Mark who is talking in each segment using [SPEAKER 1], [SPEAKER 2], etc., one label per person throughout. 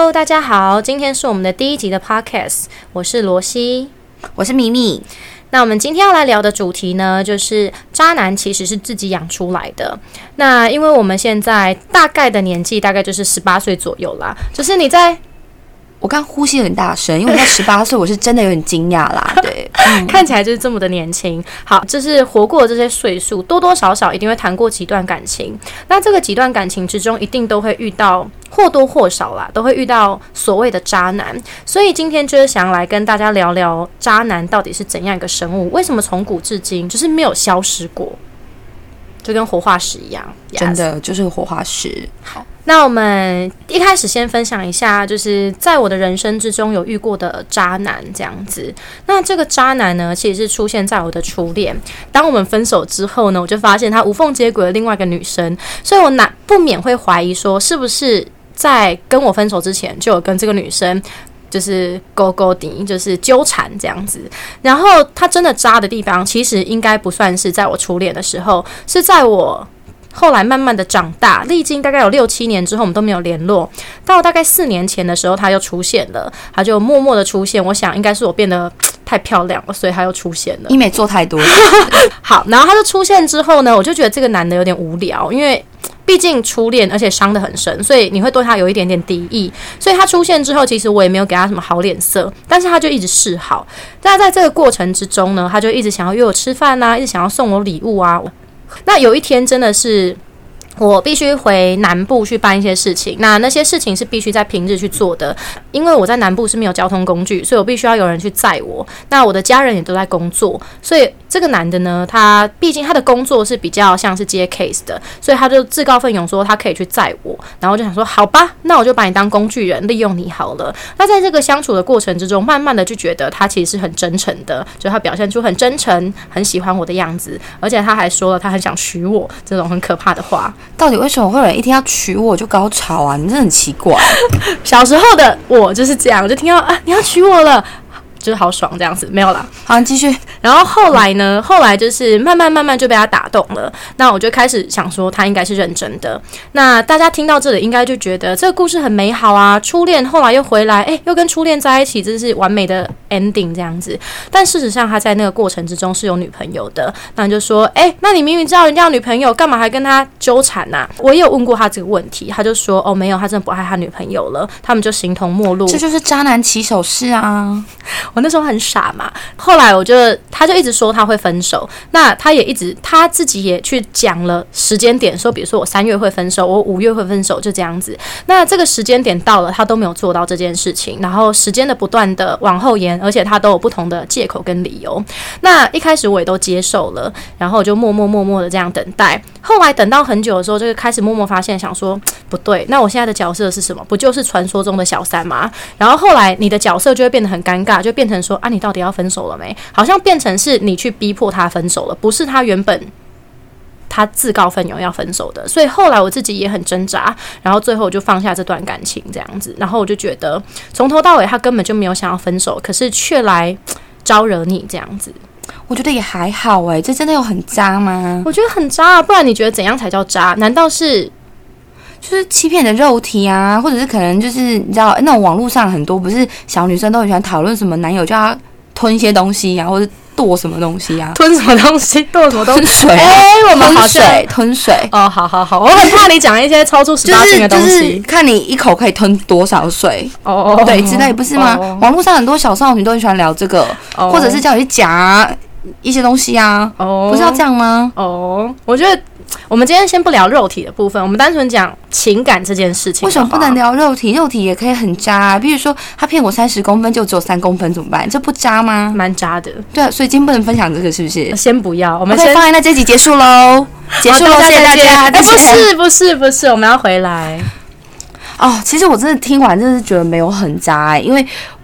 [SPEAKER 1] Hello， 大家好，今天是我们的第一集的 Podcast， 我是罗西，
[SPEAKER 2] 我是米米。
[SPEAKER 1] 那我们今天要来聊的主题呢，就是渣男其实是自己养出来的。那因为我们现在大概的年纪大概就是18岁左右啦，就是你在
[SPEAKER 2] 我刚呼吸很大声，因为我才18岁，我是真的有点惊讶啦。对，
[SPEAKER 1] 看起来就是这么的年轻。好，就是活过这些岁数，多多少少一定会谈过几段感情。那这个几段感情之中，一定都会遇到或多或少啦，都会遇到所谓的渣男。所以今天就是想来跟大家聊聊渣男到底是怎样一个生物，为什么从古至今就是没有消失过，就跟活化石一样，
[SPEAKER 2] 真的就是活化石。好。
[SPEAKER 1] 那我们一开始先分享一下，就是在我的人生之中有遇过的渣男这样子。那这个渣男呢，其实是出现在我的初恋。当我们分手之后呢，我就发现他无缝接轨了另外一个女生，所以我不免会怀疑说，是不是在跟我分手之前就有跟这个女生就是勾勾顶，就是纠缠这样子。然后他真的渣的地方，其实应该不算是在我初恋的时候，是在我后来慢慢的长大，历经大概有6-7年之后，我们都没有联络。到大概4年前的时候，他又出现了，他就默默的出现。我想应该是我变得太漂亮了，所以他又出现了。
[SPEAKER 2] 医美做太多了。
[SPEAKER 1] 好，然后他就出现之后呢，我就觉得这个男的有点无聊，因为毕竟初恋，而且伤得很深，所以你会对他有一点点敌意。所以他出现之后，其实我也没有给他什么好脸色，但是他就一直示好。但在这个过程之中呢，他就一直想要约我吃饭啊，一直想要送我礼物啊。那有一天真的是我必须回南部去办一些事情，那些事情是必须在平日去做的，因为我在南部是没有交通工具，所以我必须要有人去载我。那我的家人也都在工作，所以这个男的呢，他毕竟他的工作是比较像是接 case 的，所以他就自告奋勇说他可以去载我。然后我就想说好吧，那我就把你当工具人，利用你好了。那在这个相处的过程之中，慢慢的就觉得他其实是很真诚的，就他表现出很真诚，很喜欢我的样子，而且他还说了他很想娶我，这种很可怕的话。
[SPEAKER 2] 到底为什么会有人一听要娶我就高潮啊？你真的很奇怪。
[SPEAKER 1] 小时候的我就是这样，我就听到啊你要娶我了，就是好爽这样子，没有啦。
[SPEAKER 2] 好，你继续。
[SPEAKER 1] 然后后来呢？后来就是慢慢就被他打动了。那我就开始想说，他应该是认真的。那大家听到这里，应该就觉得这个故事很美好啊。初恋后来又回来，又跟初恋在一起，这是完美的 ending 这样子。但事实上，他在那个过程之中是有女朋友的。那你就说，那你明明知道人家有女朋友，干嘛还跟他纠缠啊？我也有问过他这个问题，他就说，没有，他真的不爱他女朋友了，他们就形同陌路。
[SPEAKER 2] 这就是渣男起手式啊！
[SPEAKER 1] 我那时候很傻嘛，后来他就一直说他会分手，那他自己也去讲了时间点，说比如说我3月会分手，我5月会分手，就这样子。那这个时间点到了，他都没有做到这件事情，然后时间的不断的往后延，而且他都有不同的借口跟理由。那一开始我也都接受了，然后我就默默的这样等待。后来等到很久的时候，就开始默默发现，想说不对，那我现在的角色是什么？不就是传说中的小三吗？然后后来你的角色就会变得很尴尬，就变成说啊，你到底要分手了没？好像变成是你去逼迫他分手了，不是他原本他自告奋勇要分手的。所以后来我自己也很挣扎，然后最后我就放下这段感情这样子。然后我就觉得从头到尾他根本就没有想要分手，可是却来招惹你这样子。
[SPEAKER 2] 我觉得也还好这真的有很渣吗？
[SPEAKER 1] 我觉得很渣啊，不然你觉得怎样才叫渣？难道是
[SPEAKER 2] 就是欺骗你的肉体啊，或者是可能就是你知道那种网络上很多不是小女生都很喜欢讨论什么男友就要吞一些东西啊，或者剁什么东西啊？
[SPEAKER 1] 吞什么东西？剁什么东西？
[SPEAKER 2] 吞水
[SPEAKER 1] 我们好像
[SPEAKER 2] 吞水。
[SPEAKER 1] 好，我很怕你讲一些超出18禁的东西，
[SPEAKER 2] 就是看你一口可以吞多少水对之类，不是吗？网络上很多小少女都很喜欢聊这个，或者是叫你去夹一些东西啊，不是要这样吗？
[SPEAKER 1] 我觉得我们今天先不聊肉体的部分，我们单纯讲情感这件事情。
[SPEAKER 2] 为什么不能聊肉体？肉体也可以很渣比如说他骗我30公分就只有3公分怎么办？这不渣吗？
[SPEAKER 1] 蛮渣的。
[SPEAKER 2] 对啊，所以今天不能分享这个是不是？
[SPEAKER 1] 先不要，我们
[SPEAKER 2] 先放在那，这集结束喽。结束喽，谢谢大家。
[SPEAKER 1] 不是，我们要回来。
[SPEAKER 2] 其实我真的听完真的是觉得没有很渣因为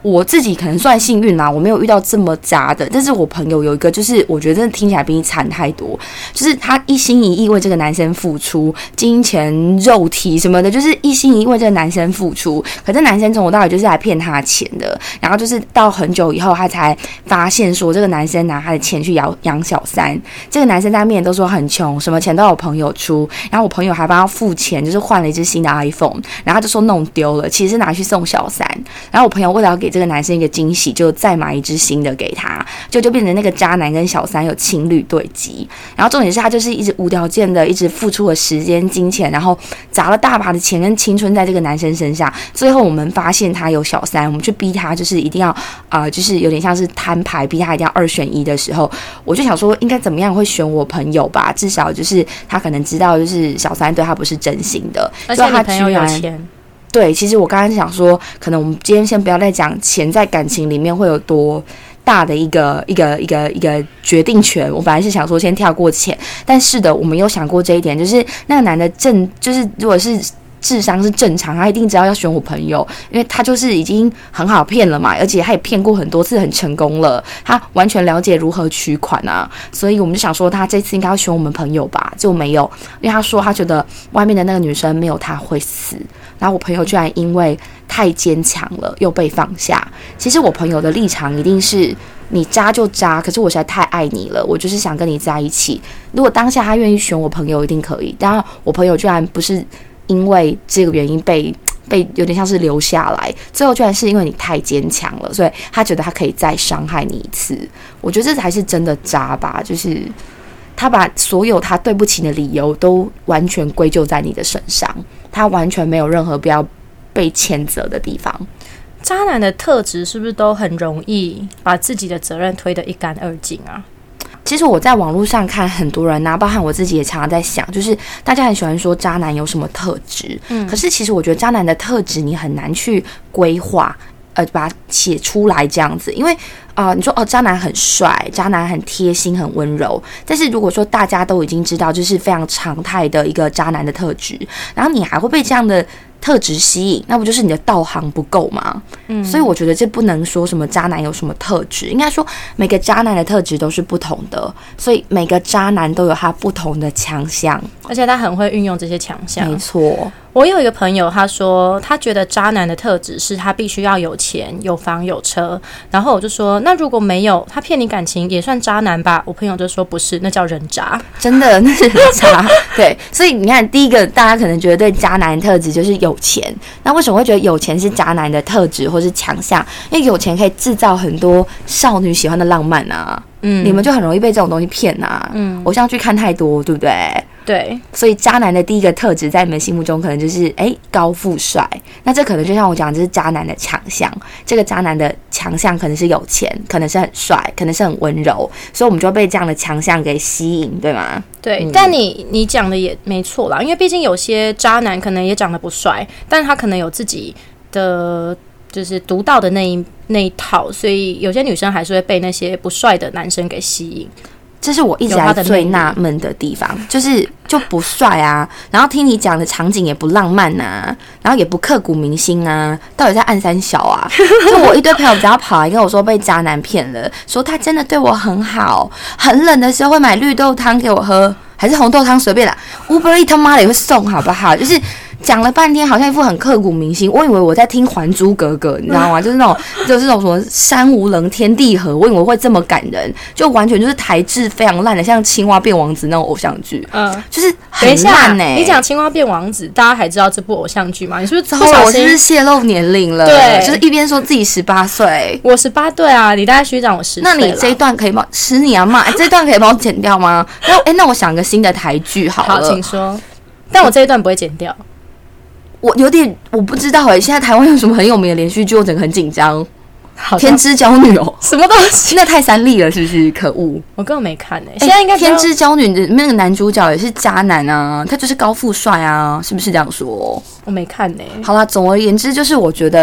[SPEAKER 2] 我自己可能算幸运啦，我没有遇到这么渣的。但是我朋友有一个，就是我觉得真的听起来比你惨太多，就是他一心一意为这个男生付出，金钱、肉体什么的，就是一心一意为这个男生付出。可是男生从头到尾就是来骗他钱的，然后就是到很久以后，他才发现说这个男生拿他的钱去养小三。这个男生在面前都说很穷，什么钱都有朋友出，然后我朋友还帮他付钱，就是换了一只新的 iPhone， 然后他就说弄丢了，其实是拿去送小三。然后我朋友为了要给这个男生一个惊喜，就再买一只新的给他，就变成那个渣男跟小三有情侣对击。然后重点是他就是一直无条件的一直付出了时间、金钱，然后砸了大把的钱跟青春在这个男生身上。最后我们发现他有小三，我们去逼他就是一定要就是有点像是摊牌，逼他一定要2选1的时候，我就想说应该怎么样会选我朋友吧，至少就是他可能知道就是小三对他不是真心的，
[SPEAKER 1] 而且你朋友有钱。
[SPEAKER 2] 对，其实我刚刚想说，可能我们今天先不要再讲钱在感情里面会有多大的一个决定权。我本来是想说先跳过钱，但是的，我们有想过这一点，就是那个男的就是如果是智商是正常，他一定知道要选我朋友，因为他就是已经很好骗了嘛，而且他也骗过很多次，很成功了，他完全了解如何取款啊，所以我们就想说他这次应该要选我们朋友吧，就没有，因为他说他觉得外面的那个女生没有他会死，然后我朋友居然因为太坚强了又被放下。其实我朋友的立场一定是你渣就渣，可是我实在太爱你了，我就是想跟你在一起。如果当下他愿意选我朋友一定可以，当然我朋友居然不是因为这个原因被有点像是留下来，最后居然是因为你太坚强了，所以他觉得他可以再伤害你一次。我觉得这才是真的渣吧，就是他把所有他对不起你的理由都完全归咎在你的身上，他完全没有任何不要被谴责的地方。
[SPEAKER 1] 渣男的特质是不是都很容易把自己的责任推得一干二净啊？
[SPEAKER 2] 其实我在网络上看很多人包含我自己也常常在想，就是大家很喜欢说渣男有什么特质，可是其实我觉得渣男的特质你很难去规划，把它写出来这样子，因为你说渣男很帅，渣男很贴心很温柔，但是如果说大家都已经知道这是非常常态的一个渣男的特质，然后你还会被这样的特质吸引，那不就是你的道行不够吗？所以我觉得这不能说什么渣男有什么特质，应该说每个渣男的特质都是不同的，所以每个渣男都有他不同的强项，
[SPEAKER 1] 而且他很会运用这些强项。
[SPEAKER 2] 没错，
[SPEAKER 1] 我有一个朋友，他说他觉得渣男的特质是他必须要有钱、有房、有车。然后我就说，那如果没有，他骗你感情也算渣男吧？我朋友就说不是，那叫人渣。
[SPEAKER 2] 真的，那是人渣。对，所以你看，第一个大家可能觉得对渣男的特质就是有钱，那为什么会觉得有钱是渣男的特质或是强项？因为有钱可以制造很多少女喜欢的浪漫啊。你们就很容易被这种东西骗啊。偶像剧看太多，对不对？
[SPEAKER 1] 对，
[SPEAKER 2] 所以渣男的第一个特质在你们心目中可能就是高富帅，那这可能就像我讲，这是渣男的强项。这个渣男的强项可能是有钱，可能是很帅，可能是很温柔，所以我们就被这样的强项给吸引，对吗？
[SPEAKER 1] 对，但你讲的也没错啦，因为毕竟有些渣男可能也长得不帅，但他可能有自己的就是独到的那一套，所以有些女生还是会被那些不帅的男生给吸引。
[SPEAKER 2] 这是我一直来最纳闷的地方，就不帅啊，然后听你讲的场景也不浪漫啊，然后也不刻骨铭心啊，到底在暗三小啊？就我一堆朋友只要跑来跟我说被渣男骗了，说他真的对我很好，很冷的时候会买绿豆汤给我喝，还是红豆汤随便啦，Uber Eats 他妈的也会送，好不好？就是讲了半天，好像一副很刻骨铭心。我以为我在听《还珠格格》，你知道吗？就是那种什么山无棱，天地合，我以为会这么感人，就完全就是台制非常烂的，像《青蛙变王子》那种偶像剧。就是很烂
[SPEAKER 1] 你讲《青蛙变王子》，大家还知道这部偶像剧吗？你是不是
[SPEAKER 2] 我是不是泄露年龄了？
[SPEAKER 1] 对，
[SPEAKER 2] 就是一边说自己18岁，
[SPEAKER 1] 我18对啊，你大概虚长我10岁。
[SPEAKER 2] 那你这一段可以帮吃你啊妈？这一段可以帮我剪掉吗？那我想个新的台剧好了。
[SPEAKER 1] 好，请说。但我这一段不会剪掉。
[SPEAKER 2] 我不知道现在台湾有什么很有名的连续剧，我整个很紧张。天之娇女哦，
[SPEAKER 1] 什么东西？
[SPEAKER 2] 那太三立了，是不是？可恶，
[SPEAKER 1] 我根本没看现在应该
[SPEAKER 2] 天之娇女的那个男主角也是渣男啊，他就是高富帅啊，是不是这样说？
[SPEAKER 1] 我没看
[SPEAKER 2] 好啦，总而言之，就是我觉得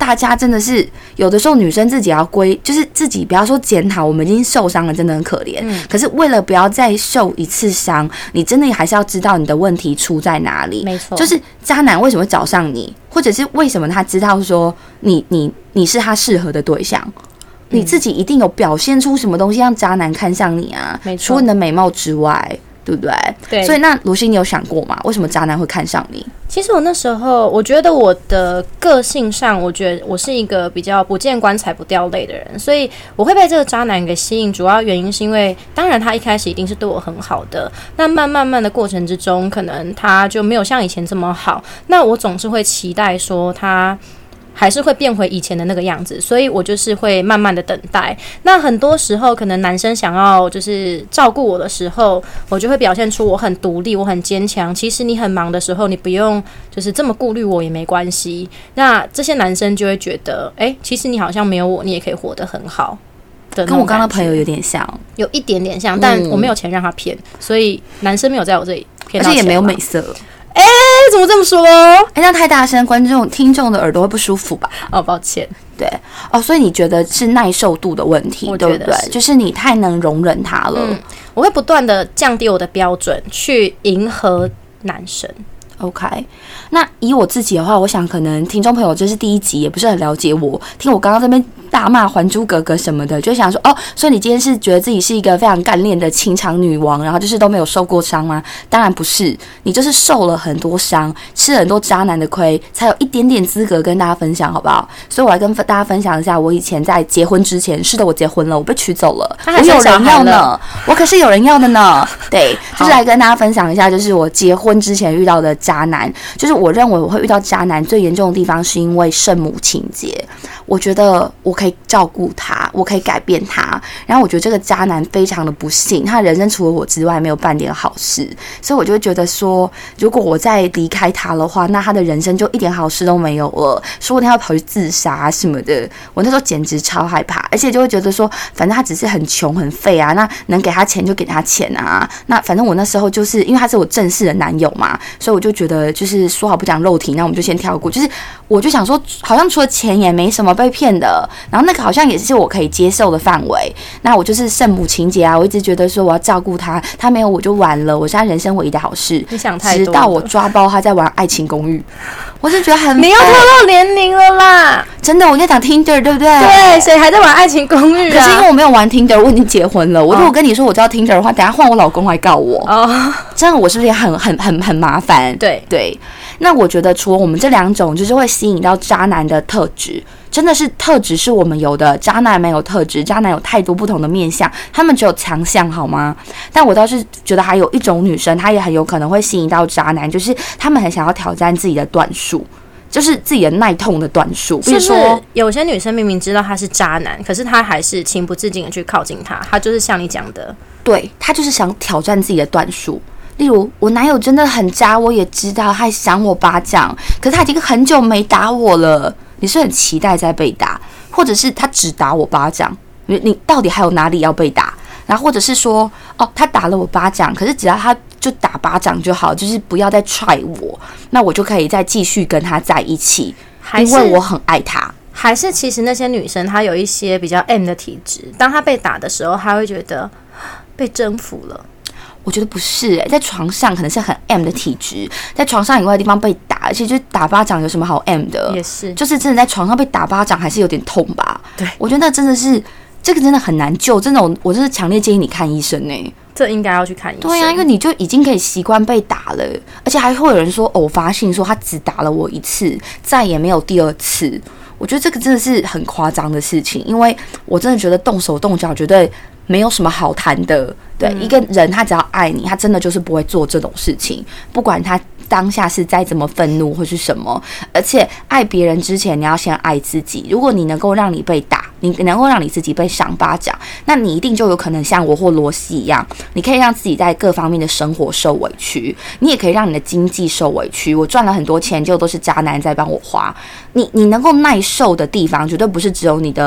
[SPEAKER 2] 大家真的是有的时候女生自己要就是自己不要说检讨，我们已经受伤了，真的很可怜。可是为了不要再受一次伤，你真的还是要知道你的问题出在哪里。
[SPEAKER 1] 没错，
[SPEAKER 2] 就是渣男为什么会找上你，或者是为什么他知道说你是他适合的对象。你自己一定有表现出什么东西让渣男看上你啊？
[SPEAKER 1] 没错，
[SPEAKER 2] 除了你的美貌之外，对不对？
[SPEAKER 1] 对。
[SPEAKER 2] 所以那罗西，你有想过吗？为什么渣男会看上你？
[SPEAKER 1] 其实我那时候，我觉得我的个性上，我觉得我是一个比较不见棺材不掉泪的人，所以我会被这个渣男给吸引。主要原因是因为，当然他一开始一定是对我很好的，那慢慢的过程之中，可能他就没有像以前这么好。那我总是会期待说他还是会变回以前的那个样子，所以我就是会慢慢的等待。那很多时候可能男生想要就是照顾我的时候，我就会表现出我很独立，我很坚强。其实你很忙的时候，你不用就是这么顾虑我也没关系。那这些男生就会觉得，其实你好像没有我，你也可以活得很好的。跟
[SPEAKER 2] 我刚刚的朋友有点像，
[SPEAKER 1] 有一点点像，但我没有钱让他骗，所以男生没有在我这里骗到钱，
[SPEAKER 2] 而且也没有美色。
[SPEAKER 1] 怎么这么说？
[SPEAKER 2] 那太大声，听众的耳朵会不舒服吧？
[SPEAKER 1] 哦，抱歉。
[SPEAKER 2] 对所以你觉得是耐受度的问题，对不对？就是你太能容忍他了。
[SPEAKER 1] 我会不断的降低我的标准，去迎合男生。
[SPEAKER 2] OK， 那以我自己的话，我想可能听众朋友就是第一集也不是很了解我，听我刚刚这边大骂《还珠格格》什么的，就想说所以你今天是觉得自己是一个非常干练的情场女王，然后就是都没有受过伤吗？当然不是，你就是受了很多伤，吃了很多渣男的亏，才有一点点资格跟大家分享，好不好？所以我来跟大家分享一下，我以前在结婚之前，是的，我结婚了，我被娶走了，我有人要呢，我可是有人要的呢。对，就是来跟大家分享一下，就是我结婚之前遇到的渣男，就是我认为我会遇到渣男最严重的地方是因为圣母情节。我觉得我可以照顾他，我可以改变他，然后我觉得这个渣男非常的不幸，他人生除了我之外没有半点好事，所以我就会觉得说，如果我再离开他的话，那他的人生就一点好事都没有了，说不定他要跑去自杀什么的。我那时候简直超害怕，而且就会觉得说，反正他只是很穷很废啊，那能给他钱就给他钱啊，那反正我那时候就是因为他是我正式的男友嘛，所以我就觉得就是说好不讲肉体，那我们就先跳过，就是我就想说，好像除了钱也没什么被骗的，然后那个好像也是我可以接受的范围。那我就是圣母情节啊，我一直觉得说我要照顾他，他没有我就完了，我是他人生唯一的好事。
[SPEAKER 1] 你想太多了，
[SPEAKER 2] 直到我抓包他在玩爱情公寓，我是觉得很
[SPEAKER 1] 你又透露年龄了啦！真
[SPEAKER 2] 的，我在讲 Tinder 对不对？
[SPEAKER 1] 对，谁还在玩爱情公寓啊？
[SPEAKER 2] 可是因为我没有玩 Tinder， 我已经结婚了。我如果跟你说我知道 Tinder 的话，等一下换我老公来告我这样我是不是也很麻烦？对。那我觉得除了我们这两种就是会吸引到渣男的特质，真的是特质是我们有的，渣男没有特质，渣男有太多不同的面向，他们只有强项好吗？但我倒是觉得还有一种女生，她也很有可能会吸引到渣男，就是他们很想要挑战自己的段数，就是自己的耐痛的段数。比如说
[SPEAKER 1] 有些女生明明知道他是渣男，可是她还是情不自禁的去靠近他，她就是像你讲的，
[SPEAKER 2] 对，她就是想挑战自己的段数。例如我男友真的很渣，我也知道，他还赏我巴掌，可是他已经很久没打我了，你是很期待在被打，或者是他只打我巴掌，你到底还有哪里要被打？然后或者是说他打了我巴掌，可是只要他就打巴掌就好，就是不要再踹我，那我就可以再继续跟他在一起，因为我很爱他。
[SPEAKER 1] 还是其实那些女生她有一些比较 M 的体质，当她被打的时候，她会觉得被征服了。
[SPEAKER 2] 我觉得不是在床上可能是很 M 的体质，在床上以外的地方被打，而且就是打巴掌有什么好 M 的？
[SPEAKER 1] 也是，
[SPEAKER 2] 就是真的在床上被打巴掌还是有点痛吧？
[SPEAKER 1] 对，
[SPEAKER 2] 我觉得那真的是这个真的很难救，这种我真的强烈建议你看医生
[SPEAKER 1] 这应该要去看医生。
[SPEAKER 2] 对啊，因为你就已经可以习惯被打了，而且还会有人说偶发性，说他只打了我一次，再也没有第二次。我觉得这个真的是很夸张的事情，因为我真的觉得动手动脚绝对没有什么好谈的。对，一个人他只要爱你，他真的就是不会做这种事情，不管他当下是再怎么愤怒或是什么。而且爱别人之前，你要先爱自己。如果你能够让你被打，你能够让你自己被赏巴掌，那你一定就有可能像我或罗西一样，你可以让自己在各方面的生活受委屈，你也可以让你的经济受委屈。我赚了很多钱，就都是渣男在帮我花。你能够耐受的地方，绝对不是只有你的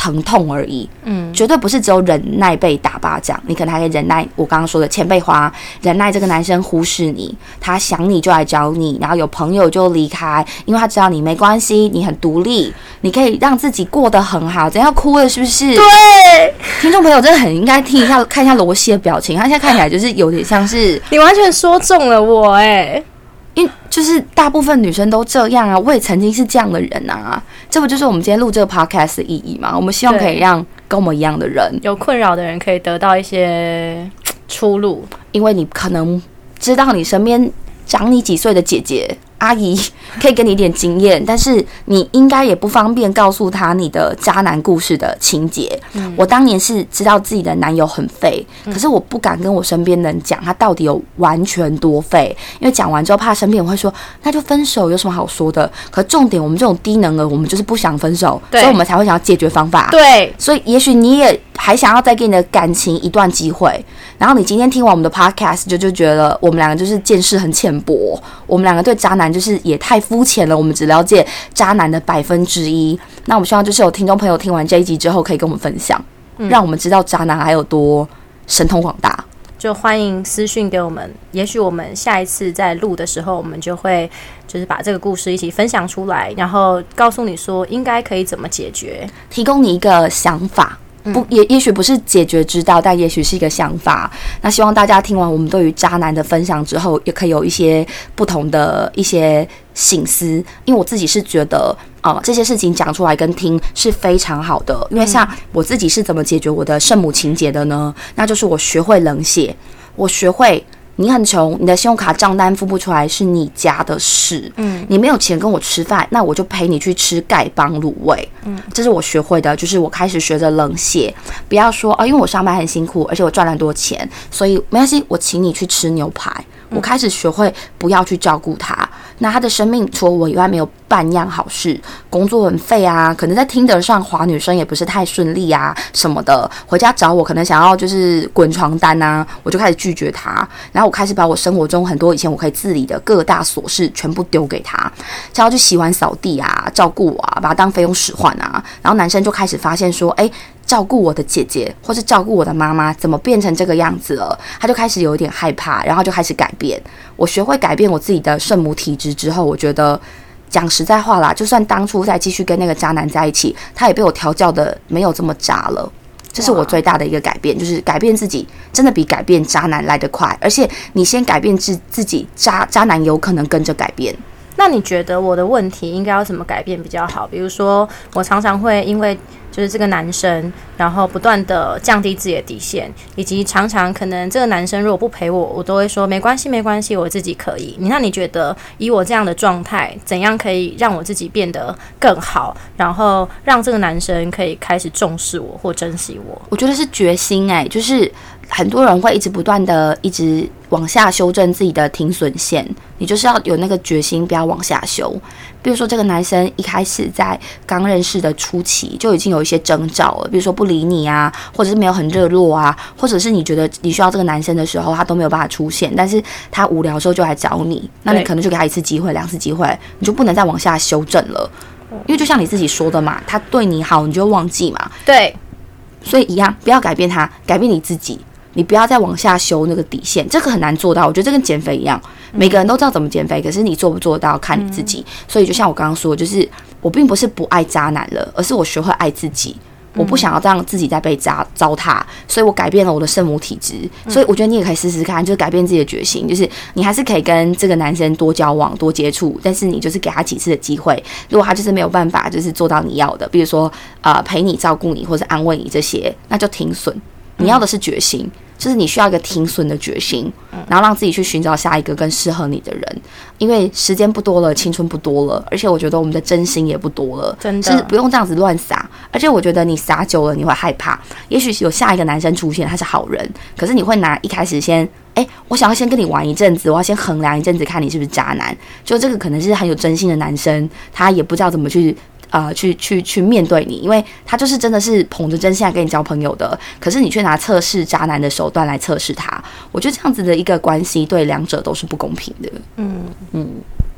[SPEAKER 2] 疼痛而已，绝对不是只有忍耐被打巴掌，你可能还可以忍耐我刚刚说的钱被花，忍耐这个男生忽视你，他想你就来找你，然后有朋友就离开，因为他知道你没关系，你很独立，你可以让自己过得很好。怎样哭了是不是？
[SPEAKER 1] 对，
[SPEAKER 2] 听众朋友真的很应该听一下，看一下罗西的表情，他现在看起来就是有点像是
[SPEAKER 1] 你完全说中了我
[SPEAKER 2] 因为就是大部分女生都这样啊，我也曾经是这样的人啊，这不就是我们今天录这个 podcast 的意义吗？我们希望可以让跟我们一样的人，
[SPEAKER 1] 有困扰的人可以得到一些出路，
[SPEAKER 2] 因为你可能知道你身边长你几岁的姐姐阿姨可以给你一点经验，但是你应该也不方便告诉她你的渣男故事的情节。我当年是知道自己的男友很废，可是我不敢跟我身边人讲他到底有完全多废，因为讲完之后怕身边人会说那就分手，有什么好说的？可重点我们这种低能儿，我们就是不想分手，所以我们才会想要解决方法。
[SPEAKER 1] 对，
[SPEAKER 2] 所以也许你也还想要再给你的感情一段机会，然后你今天听完我们的 podcast 就觉得我们两个就是见识很浅薄，我们两个对渣男就是也太肤浅了，我们只了解渣男的1%。那我们希望就是有听众朋友听完这一集之后可以跟我们分享，让我们知道渣男还有多神通广大。
[SPEAKER 1] 就欢迎私讯给我们，也许我们下一次在录的时候，我们就会就是把这个故事一起分享出来，然后告诉你说应该可以怎么解决，
[SPEAKER 2] 提供你一个想法。也许不是解决之道，但也许是一个想法。那希望大家听完我们对于渣男的分享之后，也可以有一些不同的一些省思。因为我自己是觉得，这些事情讲出来跟听是非常好的。因为像我自己是怎么解决我的圣母情节的呢？那就是我学会冷血，我学会。你很穷，你的信用卡账单付不出来是你家的事。你没有钱跟我吃饭，那我就陪你去吃丐帮卤味。这是我学会的，就是我开始学着冷血，不要说因为我上班很辛苦，而且我赚了很多钱，所以没关系，我请你去吃牛排。我开始学会不要去照顾他，那他的生命除了我以外没有半样好事，工作很废啊，可能在Tinder上滑女生也不是太顺利啊什么的，回家找我可能想要就是滚床单啊，我就开始拒绝他，然后我开始把我生活中很多以前我可以自理的各大琐事全部丢给他，叫他去洗碗扫地啊，照顾我啊，把他当费用使唤啊，然后男生就开始发现说，照顾我的姐姐或是照顾我的妈妈怎么变成这个样子了，他就开始有一点害怕，然后就开始改变。我学会改变我自己的圣母体质之后，我觉得讲实在话啦，就算当初再继续跟那个渣男在一起，他也被我调教的没有这么渣了。这是我最大的一个改变，就是改变自己真的比改变渣男来得快，而且你先改变自己，渣男有可能跟着改变。
[SPEAKER 1] 那你觉得我的问题应该要怎么改变比较好？比如说我常常会因为就是这个男生，然后不断的降低自己的底线，以及常常可能这个男生如果不陪我，我都会说没关系，我自己可以。那你觉得以我这样的状态，怎样可以让我自己变得更好，然后让这个男生可以开始重视我或珍惜我？
[SPEAKER 2] 我觉得是决心就是很多人会一直不断的一直往下修正自己的停损线，你就是要有那个决心，不要往下修。比如说这个男生一开始在刚认识的初期就已经有一些征兆了，比如说不理你啊，或者是没有很热络啊，或者是你觉得你需要这个男生的时候他都没有办法出现，但是他无聊的时候就来找你，那你可能就给他1次机会2次机会，你就不能再往下修正了，因为就像你自己说的嘛，他对你好你就忘记嘛。
[SPEAKER 1] 对，
[SPEAKER 2] 所以一样，不要改变他，改变你自己，你不要再往下修那个底线，这个很难做到。我觉得这跟减肥一样，每个人都知道怎么减肥，可是你做不做到看你自己。所以就像我刚刚说，就是我并不是不爱渣男了，而是我学会爱自己。我不想要让自己再被糟蹋，所以我改变了我的圣母体质。所以我觉得你也可以试试看，就是改变自己的决心，就是你还是可以跟这个男生多交往、多接触，但是你就是给他几次的机会。如果他就是没有办法，就是做到你要的，比如说陪你、照顾你或者安慰你这些，那就停损。你要的是决心。就是你需要一个停损的决心，然后让自己去寻找下一个更适合你的人，因为时间不多了，青春不多了，而且我觉得我们的真心也不多了，
[SPEAKER 1] 真的
[SPEAKER 2] 是不用这样子乱撒。而且我觉得你撒久了你会害怕，也许有下一个男生出现，他是好人，可是你会拿一开始先我想要先跟你玩一阵子，我要先衡量一阵子，看你是不是渣男。就这个可能是很有真心的男生，他也不知道怎么去面对你，因为他就是真的是捧着真心来跟你交朋友的，可是你却拿测试渣男的手段来测试他，我觉得这样子的一个关系对两者都是不公平的。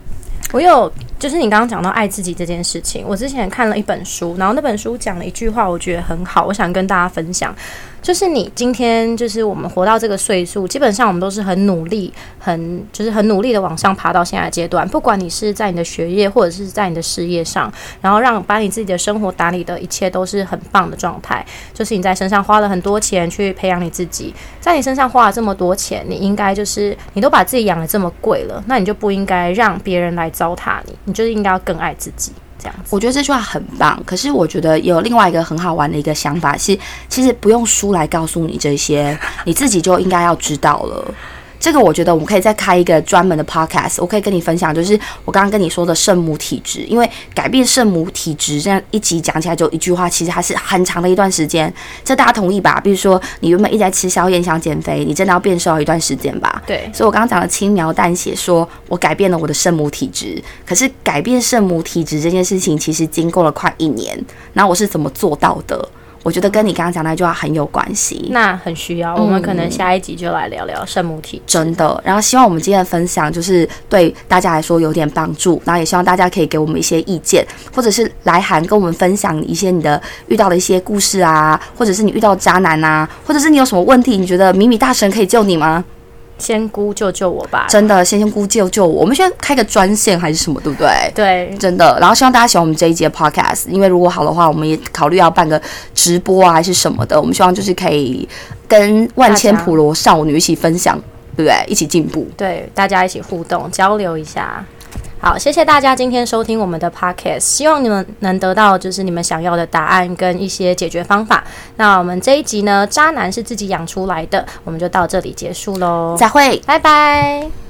[SPEAKER 1] 就是你刚刚讲到爱自己这件事情，我之前看了一本书，然后那本书讲了一句话，我觉得很好，我想跟大家分享。就是你今天就是我们活到这个岁数，基本上我们都是很努力，很努力的往上爬到现在的阶段。不管你是在你的学业或者是在你的事业上，然后把你自己的生活打理的一切都是很棒的状态。就是你在身上花了很多钱去培养你自己，在你身上花了这么多钱，你应该就是你都把自己养得这么贵了，那你就不应该让别人来糟蹋你，你就是应该要更爱自己。
[SPEAKER 2] 我觉得这句话很棒，可是我觉得有另外一个很好玩的一个想法是，其实不用书来告诉你这些，你自己就应该要知道了。这个我觉得我们可以再开一个专门的 podcast， 我可以跟你分享，就是我刚刚跟你说的圣母体质，因为改变圣母体质这样一集讲起来就一句话，其实还是很长的一段时间，这大家同意吧？比如说你原本一直在吃宵夜想减肥，你真的要变瘦一段时间吧？
[SPEAKER 1] 对，
[SPEAKER 2] 所以我刚刚讲的轻描淡写说我改变了我的圣母体质，可是改变圣母体质这件事情其实经过了快1年，然后我是怎么做到的？我觉得跟你刚刚讲那句话很有关系，
[SPEAKER 1] 那很需要。我们可能下一集就来聊聊圣母体质，
[SPEAKER 2] 真的。然后希望我们今天的分享就是对大家来说有点帮助，然后也希望大家可以给我们一些意见，或者是来函跟我们分享一些你的遇到的一些故事啊，或者是你遇到渣男啊，或者是你有什么问题，你觉得米米大神可以救你吗？
[SPEAKER 1] 仙姑救救我吧！
[SPEAKER 2] 真的，仙姑救救我！我们现在开个专线还是什么，对不对？
[SPEAKER 1] 对，
[SPEAKER 2] 真的。然后希望大家喜欢我们这一集的 podcast， 因为如果好的话，我们也考虑要办个直播啊，还是什么的。我们希望就是可以跟万千普罗少女一起分享，对不对？一起进步，
[SPEAKER 1] 对，大家一起互动交流一下。好，谢谢大家今天收听我们的 podcast， 希望你们能得到就是你们想要的答案跟一些解决方法。那我们这一集呢，渣男是自己养出来的，我们就到这里结束咯。
[SPEAKER 2] 再会，
[SPEAKER 1] 拜拜。